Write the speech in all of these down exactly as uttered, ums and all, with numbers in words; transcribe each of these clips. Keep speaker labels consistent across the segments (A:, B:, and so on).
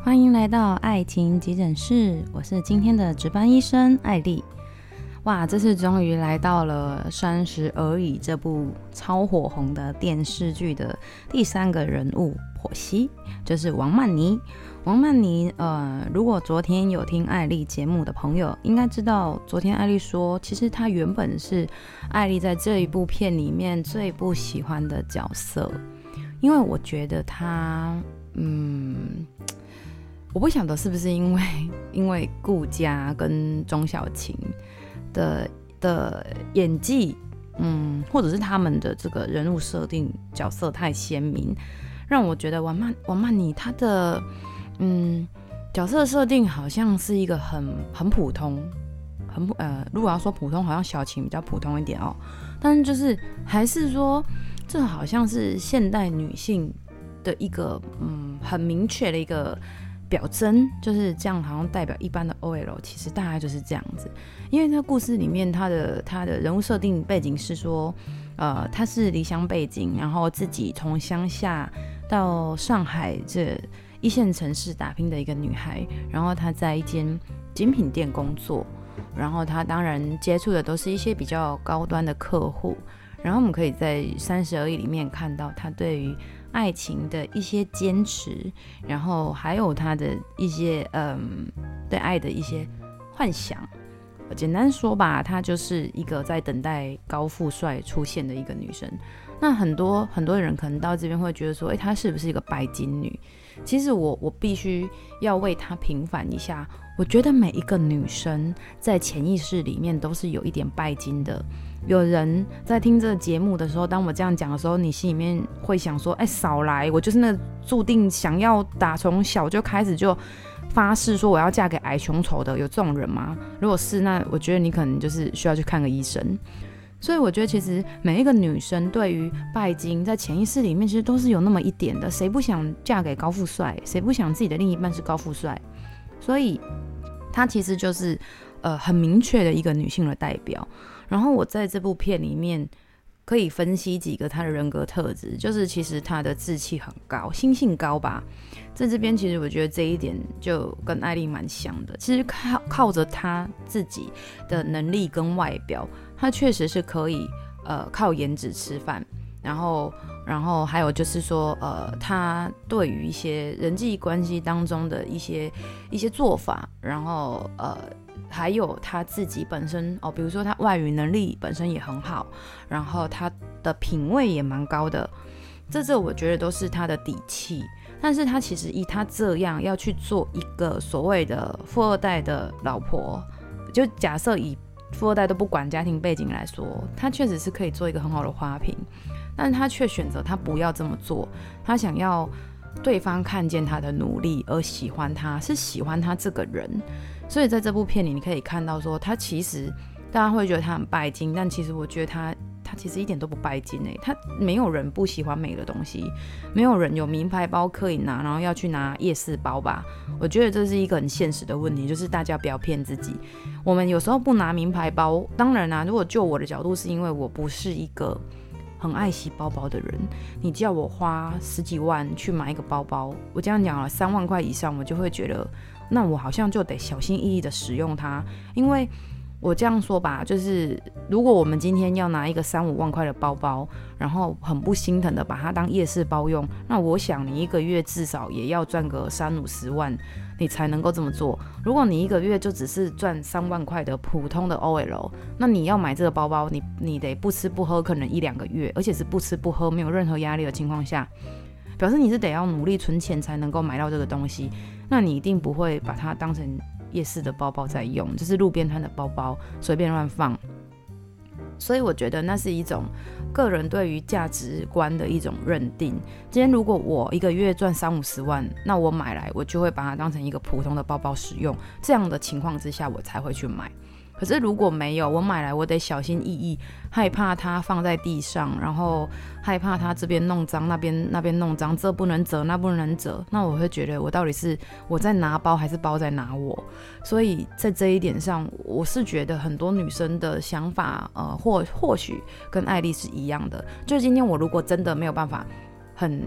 A: 欢迎来到爱情急诊室，我是今天的值班医生艾丽。哇，这次终于来到了《三十而已》这部超火红的电视剧的第三个人物剖析，就是王曼妮。王曼妮，呃，如果昨天有听艾丽节目的朋友，应该知道，昨天艾丽说，其实她原本是艾丽在这一部片里面最不喜欢的角色，因为我觉得她，嗯。我不晓得是不是因为因为顾佳跟钟晓芹的的演技，嗯，或者是他们的这个人物设定角色太鲜明，让我觉得王曼王曼妮她的嗯角色设定好像是一个很很普通，很呃，如果要说普通，好像小芹比较普通一点哦，但是就是还是说这好像是现代女性的一个嗯很明确的一个表征，就是这样，好像代表一般的 O L， 其实大概就是这样子。因为这个故事里面，他的他的人物设定背景是说，呃，他是离乡背景，然后自己从乡下到上海这一线城市打拼的一个女孩，然后她在一间精品店工作，然后她当然接触的都是一些比较高端的客户，然后我们可以在《三十而已》里面看到她对于爱情的一些坚持，然后还有她的一些嗯对爱的一些幻想。简单说吧，她就是一个在等待高富帅出现的一个女生。那很多很多人可能到这边会觉得说，哎，她是不是一个拜金女？其实我我必须要为她平反一下。我觉得每一个女生在潜意识里面都是有一点拜金的。有人在听这个节目的时候，当我这样讲的时候，你心里面会想说，哎，少来，我就是那注定想要打从小就开始就发誓说我要嫁给矮穷丑的，有这种人吗？如果是，那我觉得你可能就是需要去看个医生。所以我觉得其实每一个女生对于拜金在潜意识里面其实都是有那么一点的，谁不想嫁给高富帅，谁不想自己的另一半是高富帅？所以她其实就是呃很明确的一个女性的代表。然后我在这部片里面可以分析几个她的人格特质，就是其实她的志气很高，心性高吧。在这边其实我觉得这一点就跟艾丽蛮像的，其实靠靠着她自己的能力跟外表，她确实是可以呃靠颜值吃饭，然后然后还有就是说呃她对于一些人际关系当中的一些一些做法，然后呃还有他自己本身哦，比如说他外语能力本身也很好，然后他的品味也蛮高的，这这我觉得都是他的底气。但是他其实以他这样要去做一个所谓的富二代的老婆，就假设以富二代都不管家庭背景来说，他确实是可以做一个很好的花瓶，但是他却选择他不要这么做，他想要对方看见他的努力而喜欢他，是喜欢他这个人。所以在这部片里你可以看到说，他其实大家会觉得他很拜金，但其实我觉得他他其实一点都不拜金欸，他没有人不喜欢美的东西，没有人有名牌包可以拿然后要去拿夜市包吧。我觉得这是一个很现实的问题，就是大家不要骗自己。我们有时候不拿名牌包，当然啦，如果就我的角度是因为我不是一个很爱惜包包的人，你叫我花十几万去买一个包包，我这样讲了三万块以上，我就会觉得那我好像就得小心翼翼的使用它。因为我这样说吧，就是如果我们今天要拿一个三五万块的包包，然后很不心疼的把它当夜市包用，那我想你一个月至少也要赚个三五十万你才能够这么做。如果你一个月就只是赚三万块的普通的 O L， 那你要买这个包包，你你得不吃不喝可能一两个月，而且是不吃不喝没有任何压力的情况下，表示你是得要努力存钱才能够买到这个东西，那你一定不会把它当成夜市的包包在用，就是路边摊的包包随便乱放。所以我觉得那是一种个人对于价值观的一种认定。今天如果我一个月赚三五十万，那我买来我就会把它当成一个普通的包包使用，这样的情况之下我才会去买。可是如果没有，我买来我得小心翼翼，害怕它放在地上，然后害怕它这边弄脏那边那边弄脏，这不能折那不能折，那我会觉得我到底是我在拿包还是包在拿我。所以在这一点上，我是觉得很多女生的想法呃，或或许跟艾丽是一样的，就是今天我如果真的没有办法很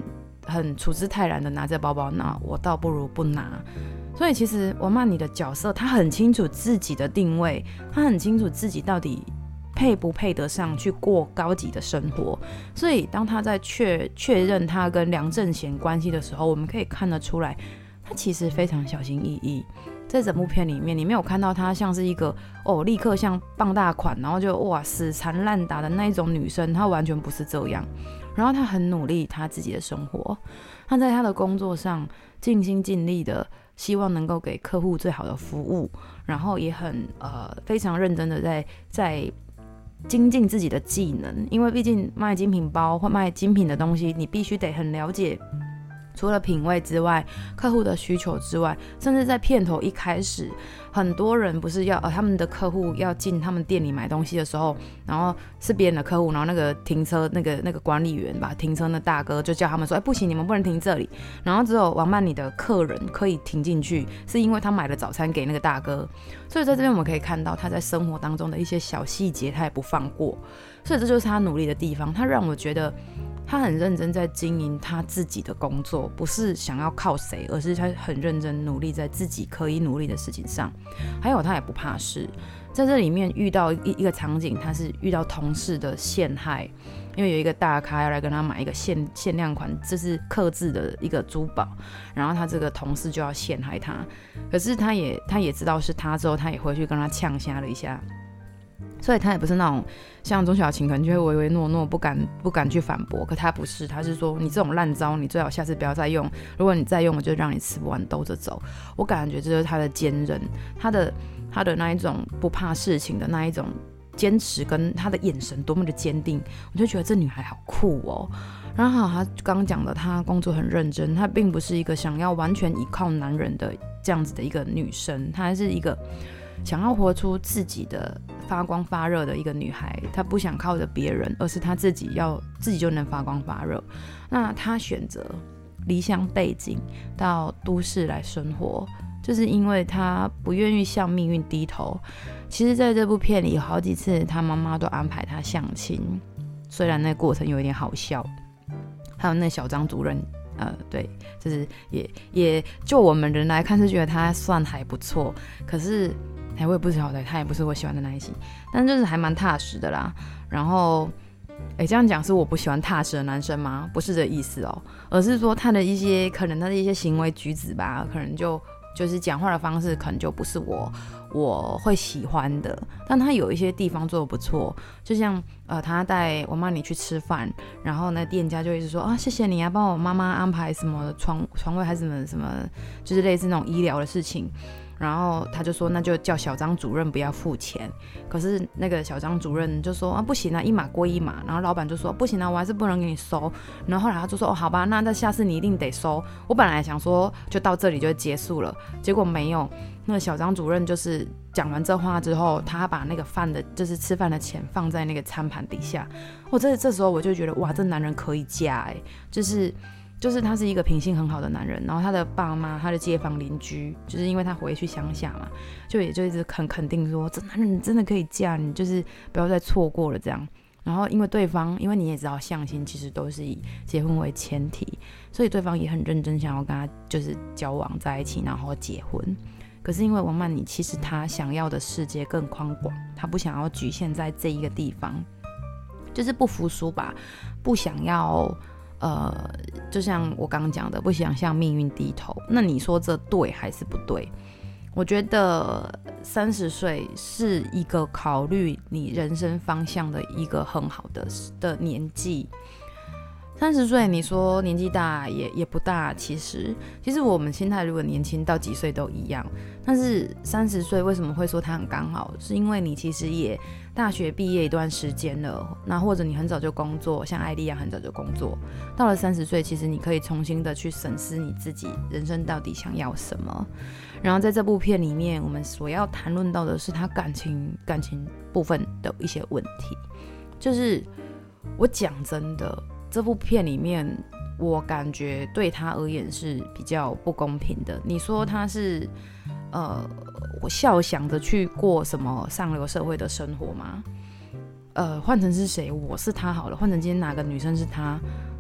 A: 很处之泰然的拿着包包，那我倒不如不拿。所以其实王曼妮的角色，她很清楚自己的定位，她很清楚自己到底配不配得上去过高级的生活。所以当她在确确认她跟梁正贤关系的时候，我们可以看得出来，她其实非常小心翼翼。在整部片里面，你没有看到她像是一个哦，立刻像傍大款，然后就哇死缠烂打的那一种女生，她完全不是这样。然后她很努力她自己的生活，她在她的工作上尽心尽力的，希望能够给客户最好的服务，然后也很呃非常认真的在在精进自己的技能，因为毕竟卖精品包或卖精品的东西，你必须得很了解。除了品味之外，客户的需求之外，甚至在片头一开始，很多人不是要、呃、他们的客户要进他们店里买东西的时候，然后是别人的客户，然后那个停车那个那个管理员吧，停车的大哥就叫他们说，哎，不行，你们不能停这里。然后只有王曼妮的客人可以停进去，是因为他买了早餐给那个大哥。所以在这边我们可以看到他在生活当中的一些小细节，他也不放过。所以这就是他努力的地方，他让我觉得。他很认真在经营他自己的工作，不是想要靠谁，而是他很认真努力在自己可以努力的事情上。还有他也不怕事，在这里面遇到 一, 一个场景，他是遇到同事的陷害，因为有一个大咖要来跟他买一个 限, 限量款，这是客制的一个珠宝，然后他这个同事就要陷害他，可是他也他也知道是他之后，他也回去跟他呛瞎了一下。所以他也不是那种像钟小琴可能就会唯唯诺诺不敢不敢去反驳，可他不是，他是说你这种烂招你最好下次不要再用，如果你再用我就让你吃不完兜着走。我感觉这就是他的坚韧，他的他的那一种不怕事情的那一种坚持，跟他的眼神多么的坚定，我就觉得这女孩好酷哦。然后他刚刚讲的，她工作很认真，她并不是一个想要完全依靠男人的这样子的一个女生，她还是一个想要活出自己的发光发热的一个女孩。她不想靠着别人，而是她自己要自己就能发光发热。那她选择离乡背景到都市来生活，就是因为她不愿意向命运低头。其实在这部片里有好几次她妈妈都安排她相亲，虽然那过程有一点好笑，还有那小张主任呃，对，就是也也就我们人来看是觉得他算还不错，可是哎，我也不晓得，他也不是我喜欢的那一型，但就是还蛮踏实的啦。然后，哎，这样讲是我不喜欢踏实的男生吗？不是这意思哦，而是说他的一些可能他的一些行为举止吧，可能就就是讲话的方式，可能就不是我我会喜欢的。但他有一些地方做得不错，就像呃，他带我妈你去吃饭，然后呢，店家就一直说啊，谢谢你啊，帮我妈妈安排什么床床位还是什么什么，就是类似那种医疗的事情。然后他就说那就叫小张主任不要付钱，可是那个小张主任就说啊不行啊，一码归一码。然后老板就说不行啊，我还是不能给你收。然后后来他就说哦好吧，那那下次你一定得收。我本来想说就到这里就结束了，结果没有。那个小张主任就是讲完这话之后，他把那个饭的就是吃饭的钱放在那个餐盘底下。我这这时候我就觉得哇，这男人可以嫁哎、欸，就是就是他是一个品性很好的男人，然后他的爸妈、他的街坊邻居，就是因为他回去乡下嘛，就也就一直很肯定说，这男人真的可以嫁，你就是不要再错过了这样。然后因为对方，因为你也知道相亲其实都是以结婚为前提，所以对方也很认真想要跟他就是交往在一起，然后结婚。可是因为王曼妮其实他想要的世界更宽广，他不想要局限在这一个地方，就是不服输吧，不想要呃，就像我刚刚讲的，不想向命运低头。那你说这对还是不对？我觉得三十岁是一个考虑你人生方向的一个很好的的年纪。三十岁，你说年纪大也也不大，其实其实我们心态如果年轻到几岁都一样，但是三十岁为什么会说它很刚好？是因为你其实也大学毕业一段时间了，那或者你很早就工作，像艾莉亚很早就工作，到了三十岁，其实你可以重新的去审视你自己人生到底想要什么。然后在这部片里面，我们所要谈论到的是他感情感情部分的一些问题，就是我讲真的。这部片里面，我感觉对他而言是比较不公平的。你说他是，呃，我笑想着去过什么上流社会的生活吗？呃，换成是谁，我是他好了。换成今天哪个女生是他，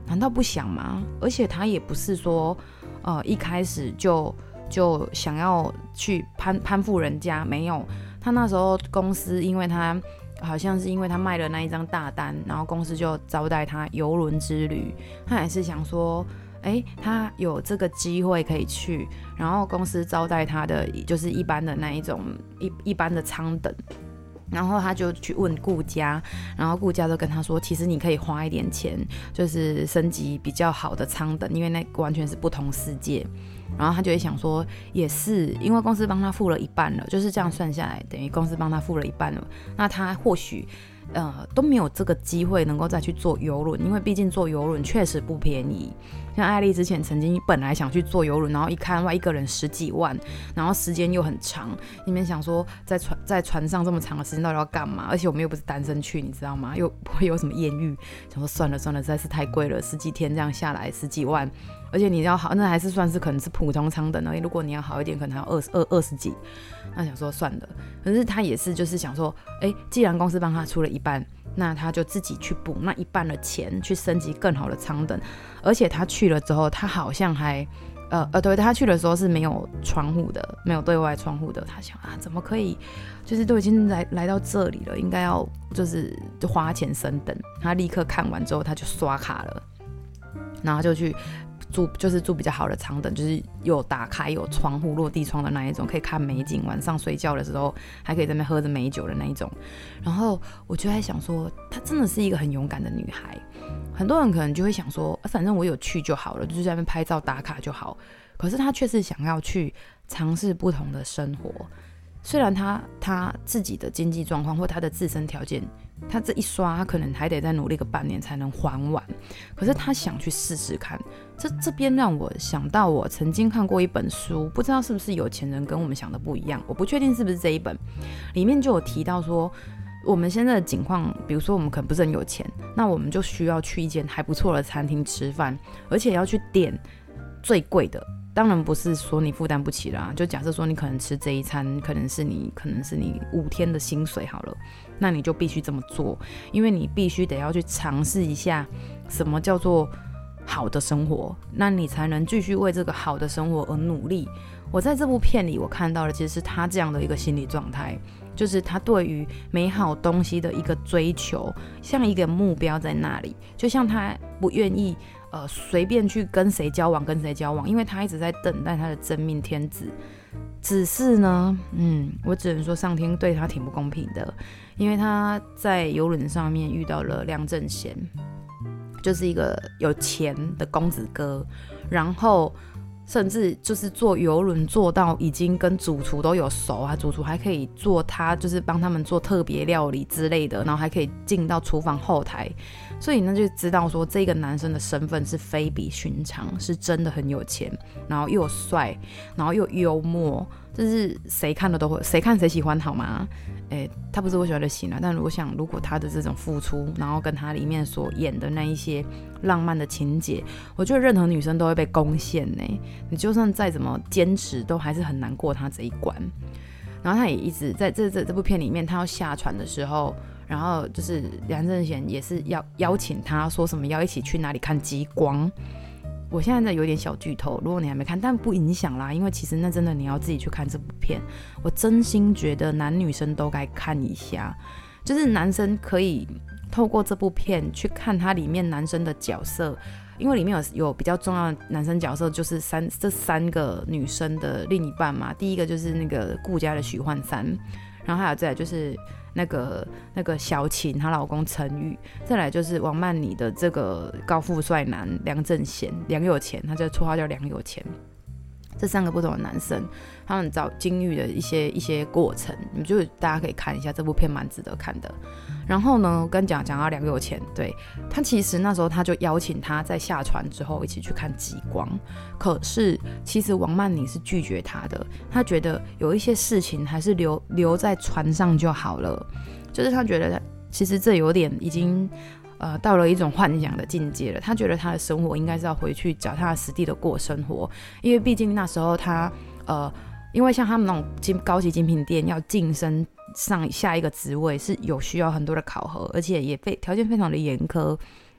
A: 难道不想吗？而且他也不是说呃一开始就就想要去攀攀附人家，没有。他那时候公司因为他好像是因为他卖了那一张大单，然后公司就招待他邮轮之旅，他也是想说哎，他有这个机会可以去，然后公司招待他的就是一般的那一种 一, 一般的舱等，然后他就去问顾家，然后顾家就跟他说，其实你可以花一点钱，就是升级比较好的舱等，因为那完全是不同世界。然后他就会想说，也是因为公司帮他付了一半了，就是这样算下来，等于公司帮他付了一半了，那他或许呃都没有这个机会能够再去坐邮轮，因为毕竟坐邮轮确实不便宜。像艾丽之前曾经本来想去坐邮轮，然后一看哇，一个人十几万，然后时间又很长，你们想说在船在船上这么长的时间到底要干嘛？而且我们又不是单身去，你知道吗？又不会有什么艳遇，想说算了算了，实在是太贵了，十几天这样下来十几万，而且你要好，那还是算是可能是普通舱等而已，如果你要好一点，可能还要二十二二十几，那想说算了。可是他也是就是想说，哎，既然公司帮他出了一半，那他就自己去补那一半的钱，去升级更好的舱等。而且他去了之后，他好像还呃呃，对，他去的时候是没有窗户的，没有对外窗户的。他想啊，怎么可以，就是都已经来来到这里了，应该要就是花钱升等。他立刻看完之后，他就刷卡了，然后就去住，就是住比较好的舱等，就是有打开有窗户落地窗的那一种，可以看美景，晚上睡觉的时候还可以在那边喝着美酒的那一种。然后我就在想说，她真的是一个很勇敢的女孩。很多人可能就会想说，啊、反正我有去就好了，就是在那边拍照打卡就好。可是她却是想要去尝试不同的生活。虽然她她自己的经济状况或她的自身条件，她这一刷，她可能还得再努力个半年才能还完。可是她想去试试看。这这边让我想到，我曾经看过一本书，不知道是不是有钱人跟我们想的不一样，我不确定是不是这一本，里面就有提到说，我们现在的情况，比如说我们可能不是很有钱，那我们就需要去一间还不错的餐厅吃饭，而且要去点最贵的。当然不是说你负担不起啦，就假设说你可能吃这一餐，可能是你可能是你五天的薪水好了，那你就必须这么做，因为你必须得要去尝试一下什么叫做好的生活，那你才能继续为这个好的生活而努力。我在这部片里我看到的其实是他这样的一个心理状态，就是他对于美好东西的一个追求，像一个目标在那里，就像他不愿意呃随便去跟谁交往跟谁交往，因为他一直在等待他的真命天子。只是呢，嗯，我只能说上天对他挺不公平的，因为他在邮轮上面遇到了梁正贤，就是一个有钱的公子哥，然后甚至就是坐邮轮坐到已经跟主厨都有熟啊，主厨还可以做他就是帮他们做特别料理之类的，然后还可以进到厨房后台，所以呢就知道说这个男生的身份是非比寻常，是真的很有钱，然后又帅，然后又幽默，就是谁看了都会，谁看谁喜欢好吗？欸，他不是我喜欢的型啊，但我想如果他的这种付出，然后跟他里面所演的那一些浪漫的情节，我觉得任何女生都会被攻陷呢。你就算再怎么坚持，都还是很难过他这一关。然后他也一直在这这这部片里面，他要下船的时候，然后就是梁正贤也是要邀请他说什么要一起去哪里看极光。我现在有点小剧透，如果你还没看，但不影响啦，因为其实那真的你要自己去看这部片。我真心觉得男女生都该看一下，就是男生可以透过这部片去看它里面男生的角色，因为里面有有比较重要的男生角色，就是三这三个女生的另一半嘛。第一个就是那个顾家的许幻山，然后还有再来就是那个那个小琴她老公陈宇，再来就是王曼妮的这个高富帅男梁正贤，梁有钱，他这绰号叫梁有钱。这三个不同的男生，他们找金玉的一些一些过程，你就大家可以看一下，这部片蛮值得看的。然后呢，跟讲讲到梁有钱，对，他其实那时候他就邀请他在下船之后一起去看极光，可是其实王曼妮是拒绝他的，他觉得有一些事情还是留留在船上就好了，就是他觉得其实这有点已经。呃，到了一种幻想的境界了。他觉得他的生活应该是要回去脚踏实地的过生活，因为毕竟那时候他呃，因为像他们那种精高级精品店要晋升上下一个职位是有需要很多的考核，而且也非条件非常的严苛。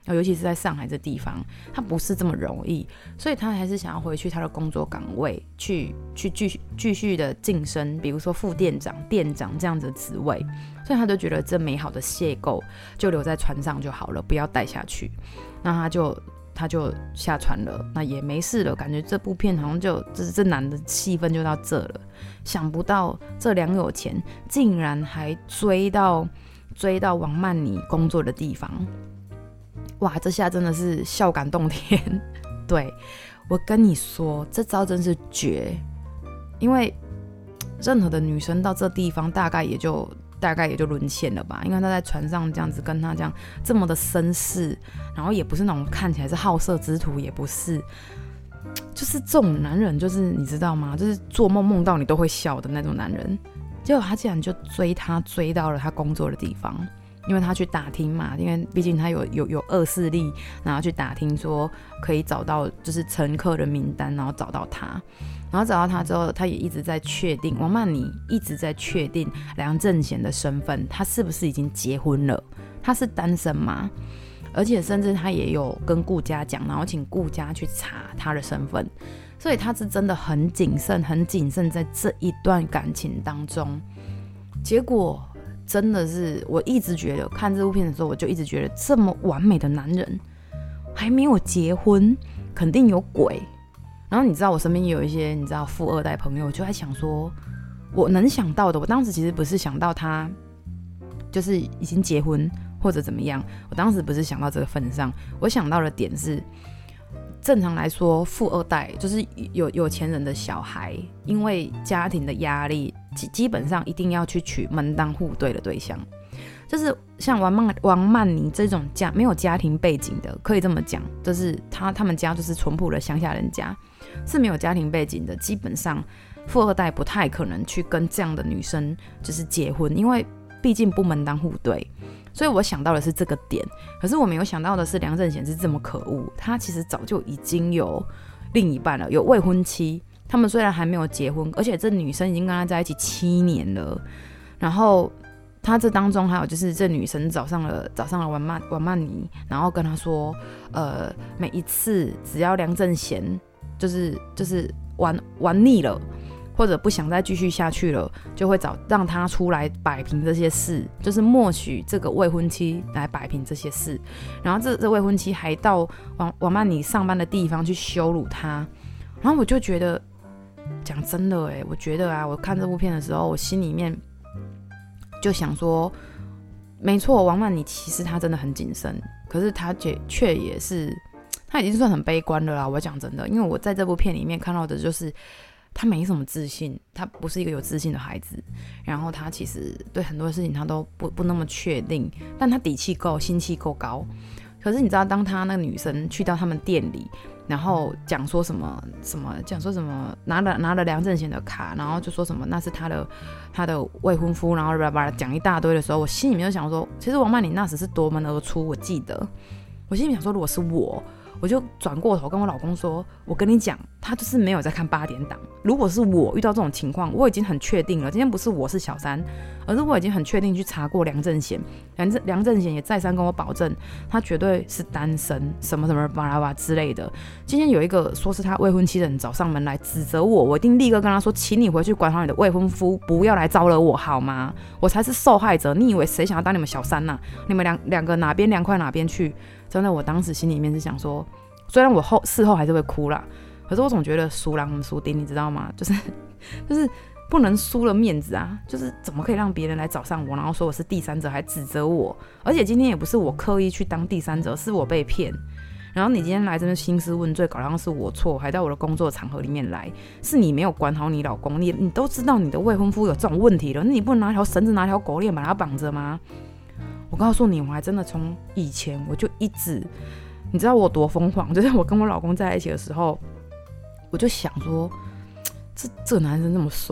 A: 尤其是在上海这地方，他不是这么容易，所以他还是想要回去他的工作岗位，去去继续继续的晋升，比如说副店长、店长这样子的职位，所以他就觉得这美好的邂逅就留在船上就好了，不要带下去。那他就他就下船了，那也没事了，感觉这部片好像就这这男的戏份就到这了。想不到这梁有钱竟然还追到追到王曼妮工作的地方。哇，这下真的是笑感动天。对，我跟你说，这招真是绝，因为任何的女生到这地方大概也就大概也就沦陷了吧，因为他在船上这样子跟他这样这么的绅士，然后也不是那种看起来是好色之徒，也不是，就是这种男人，就是你知道吗？就是做梦梦到你都会笑的那种男人。结果他竟然就追他追到了他工作的地方，因为他去打听嘛，因为毕竟他有有有恶势力，然后去打听说可以找到就是乘客的名单，然后找到他，然后找到他之后，他也一直在确定，王曼妮一直在确定梁正贤的身份，他是不是已经结婚了，他是单身吗？而且甚至他也有跟顾家讲，然后请顾家去查他的身份，所以他是真的很谨慎很谨慎在这一段感情当中。结果真的是我一直觉得看这部片的时候，我就一直觉得这么完美的男人还没有结婚肯定有鬼。然后你知道我身边也有一些你知道富二代朋友，就在想说我能想到的，我当时其实不是想到他就是已经结婚或者怎么样，我当时不是想到这个份上，我想到的点是，正常来说富二代就是有有钱人的小孩，因为家庭的压力基本上一定要去娶门当户对的对象，就是像王曼王曼妮这种家没有家庭背景的，可以这么讲，就是他他们家就是淳朴的乡下人家，是没有家庭背景的，基本上富二代不太可能去跟这样的女生就是结婚，因为毕竟不门当户对。所以我想到的是这个点，可是我没有想到的是梁正贤是这么可恶，他其实早就已经有另一半了，有未婚妻，他们虽然还没有结婚，而且这女生已经跟他在一起七年了，然后他这当中还有就是这女生找上了找上了王曼王曼妮，然后跟他说，呃，每一次只要梁正贤就是就是玩玩腻了，或者不想再继续下去了，就会找让他出来摆平这些事，就是默许这个未婚妻来摆平这些事。然后这这未婚妻还到王王曼妮上班的地方去羞辱他，然后我就觉得，讲真的哎，我觉得啊，我看这部片的时候，我心里面就想说，没错，王曼妮其实她真的很谨慎，可是她却也是，她已经算很悲观了啦。我讲真的，因为我在这部片里面看到的就是。他没什么自信，他不是一个有自信的孩子，然后他其实对很多事情他都 不, 不那么确定，但他底气够，心气够高。可是你知道，当他那个女生去到他们店里，然后讲说什么什么，讲说什么拿了拿了梁正贤的卡，然后就说什么那是他的他的未婚夫，然后叭叭讲一大堆的时候，我心里面就想说，其实王曼妮那时是夺门而出，我记得，我心里面想说，如果是我。我就转过头跟我老公说，我跟你讲，他就是没有在看八点档。如果是我遇到这种情况，我已经很确定了，今天不是我是小三，而是我已经很确定去查过梁正贤，梁正梁正贤也再三跟我保证，他绝对是单身，什么什么巴拉巴之类的。今天有一个说是他未婚妻的人找上门来指责我，我一定立刻跟他说，请你回去管好你的未婚夫，不要来招惹我好吗？我才是受害者，你以为谁想要当你们小三啊？你们两两个哪边凉快哪边去？真的，我当时心里面是想说，虽然我后事后还是会哭啦，可是我总觉得输人输丁，你知道吗？就是就是不能输了面子啊！就是怎么可以让别人来找上我，然后说我是第三者，还指责我？而且今天也不是我刻意去当第三者，是我被骗。然后你今天来这边兴师问罪，搞得像是我错，还在我的工作场合里面来，是你没有管好你老公，你你都知道你的未婚夫有这种问题了，那你不能拿条绳子拿条狗链把他绑着吗？我告诉你，我还真的从以前我就一直，你知道我多疯狂，就是我跟我老公在一起的时候，我就想说，这这男生那么帅，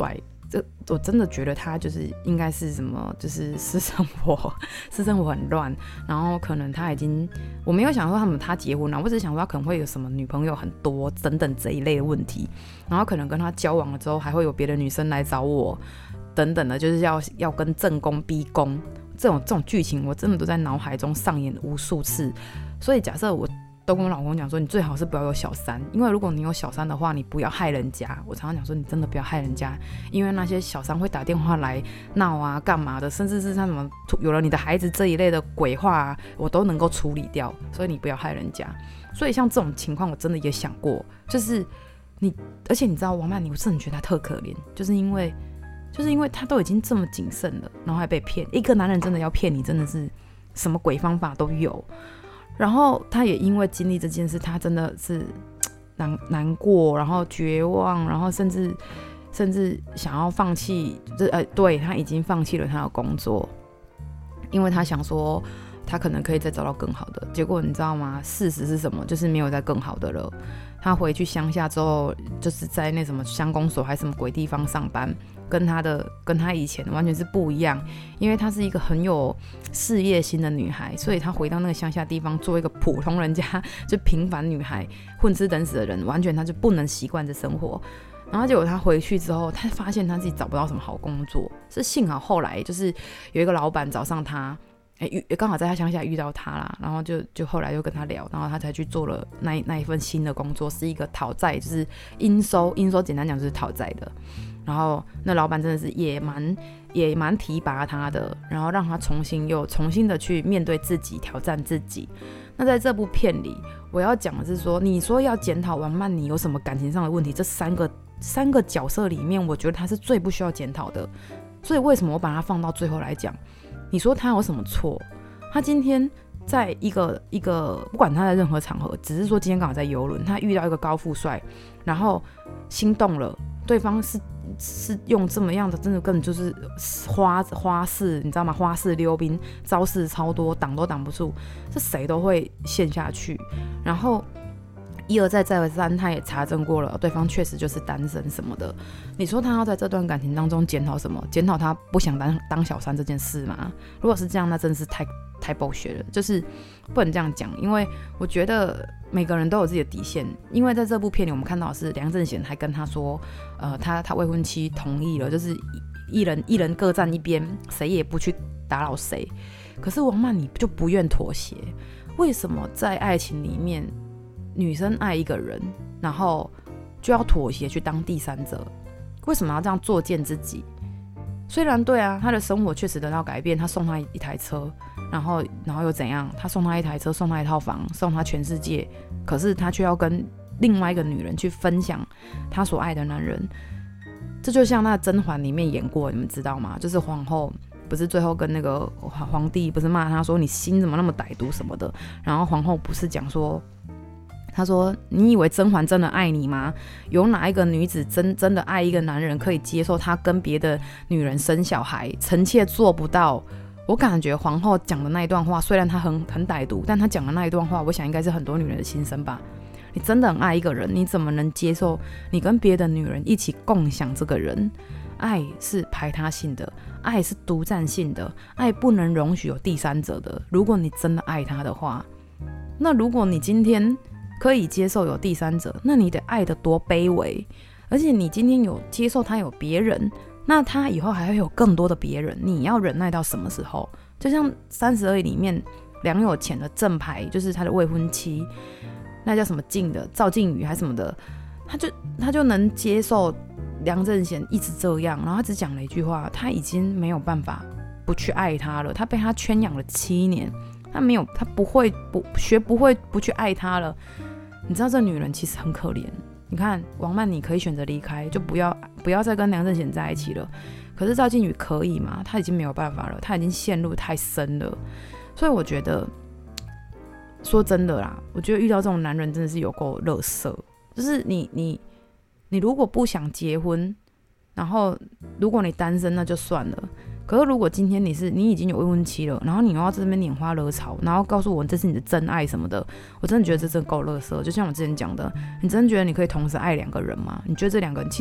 A: 这我真的觉得他就是应该是什么，就是私生活私生活很乱，然后可能他已经，我没有想说他们他结婚了，我只是想说他可能会有什么女朋友很多等等这一类的问题，然后可能跟他交往了之后还会有别的女生来找我等等的，就是要要跟正宫逼宫这种这种剧情，我真的都在脑海中上演无数次。所以假设我都跟我老公讲说，你最好是不要有小三，因为如果你有小三的话，你不要害人家。我常常讲说，你真的不要害人家，因为那些小三会打电话来闹啊、干嘛的，甚至是像什么有了你的孩子这一类的鬼话啊，我都能够处理掉。所以你不要害人家。所以像这种情况，我真的也想过，就是你，而且你知道王曼妮，我真的觉得她特可怜，就是因为，就是因为她都已经这么谨慎了，然后还被骗。一个男人真的要骗你，真的是什么鬼方法都有。然后他也因为经历这件事，他真的是 难, 难过，然后绝望，然后甚至甚至想要放弃，呃，对，他已经放弃了他的工作，因为他想说他可能可以再找到更好的。结果你知道吗？事实是什么？就是没有再更好的了。他回去乡下之后，就是在那什么乡公所还是什么鬼地方上班，跟他的跟他以前完全是不一样。因为她是一个很有事业心的女孩，所以她回到那个乡下地方做一个普通人家，就平凡女孩，混吃等死的人，完全她就不能习惯这生活。然后结果她回去之后，她发现她自己找不到什么好工作，是幸好后来就是有一个老板找上她。也刚好在他乡下遇到他啦，然后就就后来就跟他聊，然后他才去做了那那一份新的工作，是一个讨债，就是应收，应收简单讲就是讨债的。然后那老板真的是也蛮也蛮提拔他的，然后让他重新又重新的去面对自己，挑战自己。那在这部片里，我要讲的是说，你说要检讨王曼妮有什么感情上的问题，这三个三个角色里面，我觉得他是最不需要检讨的。所以为什么我把它放到最后来讲？你说他有什么错？他今天在一个一个不管他在任何场合，只是说今天刚好在邮轮，他遇到一个高富帅，然后心动了，对方是是用这么样的，真的根本就是花花式，你知道吗？花式溜冰，招式超多，挡都挡不住，这谁都会陷下去。然后一而再再而三，他也查证过了，对方确实就是单身什么的。你说他要在这段感情当中检讨什么？检讨他不想 当, 当小三这件事吗？如果是这样，那真的是太太bullshit了，就是不能这样讲。因为我觉得每个人都有自己的底线。因为在这部片里，我们看到的是梁正贤还跟他说，呃，他他未婚妻同意了，就是一人一人各站一边，谁也不去打扰谁。可是王曼妮就不愿妥协。为什么在爱情里面？女生爱一个人，然后就要妥协去当第三者，为什么要这样作践自己？虽然对啊，他的生活确实得到改变，他送他一台车，然后然后又怎样？他送他一台车，送他一套房，送他全世界，可是他却要跟另外一个女人去分享他所爱的男人。这就像那甄嬛里面演过，你们知道吗？就是皇后不是最后跟那个皇帝不是骂他说你心怎么那么歹毒什么的，然后皇后不是讲说。他说：“你以为甄嬛真的爱你吗？有哪一个女子真真的爱一个男人，可以接受他跟别的女人生小孩？臣妾做不到。”我感觉皇后讲的那一段话，虽然她很很歹毒，但她讲的那一段话，我想应该是很多女人的心声吧。你真的很爱一个人，你怎么能接受你跟别的女人一起共享这个人？爱是排他性的，爱是独占性的，爱不能容许有第三者的。如果你真的爱他的话，那如果你今天可以接受有第三者，那你得爱得多卑微。而且你今天有接受他有别人，那他以后还会有更多的别人，你要忍耐到什么时候？就像三十而已里面梁有钱的正牌，就是他的未婚妻，那叫什么静的赵静宇还是什么的，他就他就能接受梁正贤一直这样，然后他只讲了一句话，他已经没有办法不去爱他了，他被他圈养了七年，他没有他不会不学不会不去爱他了。你知道这女人其实很可怜。你看王曼妮可以选择离开，就不要不要再跟梁正贤在一起了。可是赵静宇可以吗？他已经没有办法了，他已经陷入太深了。所以我觉得，说真的啦，我觉得遇到这种男人真的是有够垃圾。就是你你你如果不想结婚，然后如果你单身那就算了。可是如果今天你是你已经有未婚妻了，然后你又要在这边拈花惹草，然后告诉我这是你的真爱什么的，我真的觉得这真的够垃圾。就像我之前讲的，你真的觉得你可以同时爱两个人吗？你觉得这两个人其实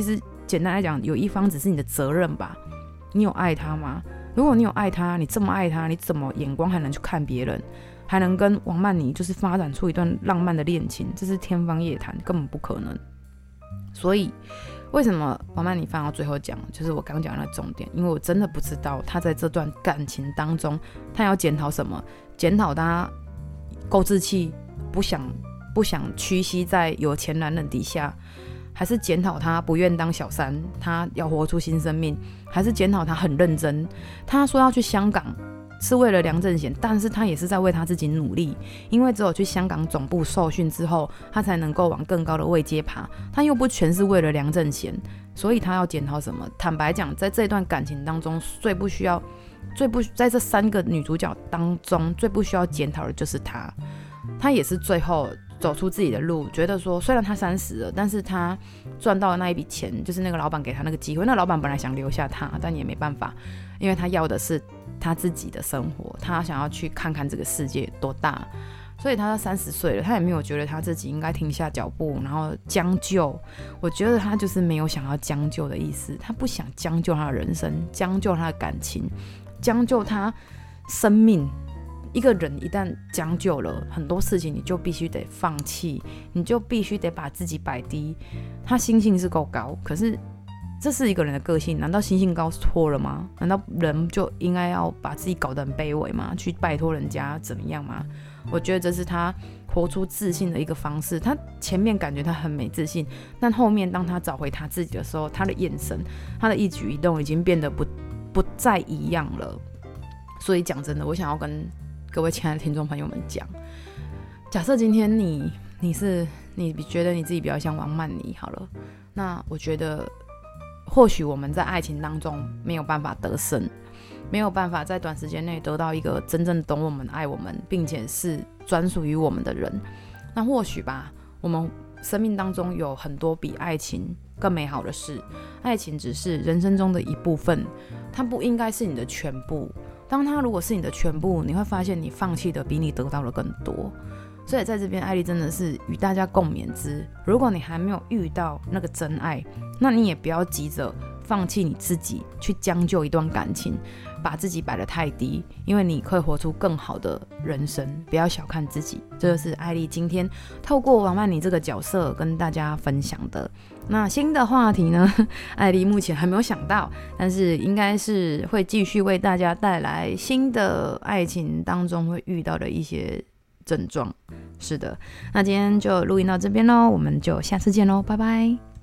A: 简单来讲，有一方只是你的责任吧？你有爱他吗？如果你有爱他，你这么爱他，你怎么眼光还能去看别人，还能跟王曼妮就是发展出一段浪漫的恋情？这是天方夜谭，根本不可能。所以为什么王曼妮放到最后讲，就是我刚讲的重点，因为我真的不知道他在这段感情当中，他要检讨什么？检讨他够志气，不想不想屈膝在有钱男人底下，还是检讨他不愿当小三，他要活出新生命，还是检讨他很认真？他说要去香港是为了梁正贤，但是他也是在为他自己努力，因为只有去香港总部受训之后，他才能够往更高的位阶爬。他又不全是为了梁正贤，所以他要检讨什么？坦白讲，在这段感情当中，最不需要、最不在这三个女主角当中最不需要检讨的就是他。他也是最后走出自己的路，觉得说虽然他三十了，但是他赚到的那一笔钱，就是那个老板给他那个机会。那老板本来想留下他，但也没办法，因为他要的是他自己的生活，他想要去看看这个世界多大。所以他三十岁了，他也没有觉得他自己应该停下脚步，然后将就。我觉得他就是没有想要将就的意思，他不想将就他的人生，将就他的感情，将就他生命。一个人一旦将就了很多事情，你就必须得放弃，你就必须得把自己摆低。他心性是够高，可是这是一个人的个性，难道心性高错了吗？难道人就应该要把自己搞得很卑微吗？去拜托人家怎么样吗？我觉得这是他活出自信的一个方式。他前面感觉他很没自信，但后面当他找回他自己的时候，他的眼神，他的一举一动已经变得不不再一样了。所以讲真的，我想要跟各位亲爱的听众朋友们讲，假设今天你你是你觉得你自己比较像王曼妮好了，那我觉得或许我们在爱情当中没有办法得胜，没有办法在短时间内得到一个真正懂我们、爱我们，并且是专属于我们的人。那或许吧，我们生命当中有很多比爱情更美好的事，爱情只是人生中的一部分，它不应该是你的全部。当它如果是你的全部，你会发现你放弃的比你得到的更多。所以在这边，艾莉真的是与大家共勉之，如果你还没有遇到那个真爱，那你也不要急着放弃你自己，去将就一段感情，把自己摆得太低，因为你可以活出更好的人生。不要小看自己，这就是艾莉今天透过王曼妮这个角色跟大家分享的。那新的话题呢，艾莉目前还没有想到，但是应该是会继续为大家带来新的爱情当中会遇到的一些症状。是的，那今天就录音到这边咯，我们就下次见咯，拜拜。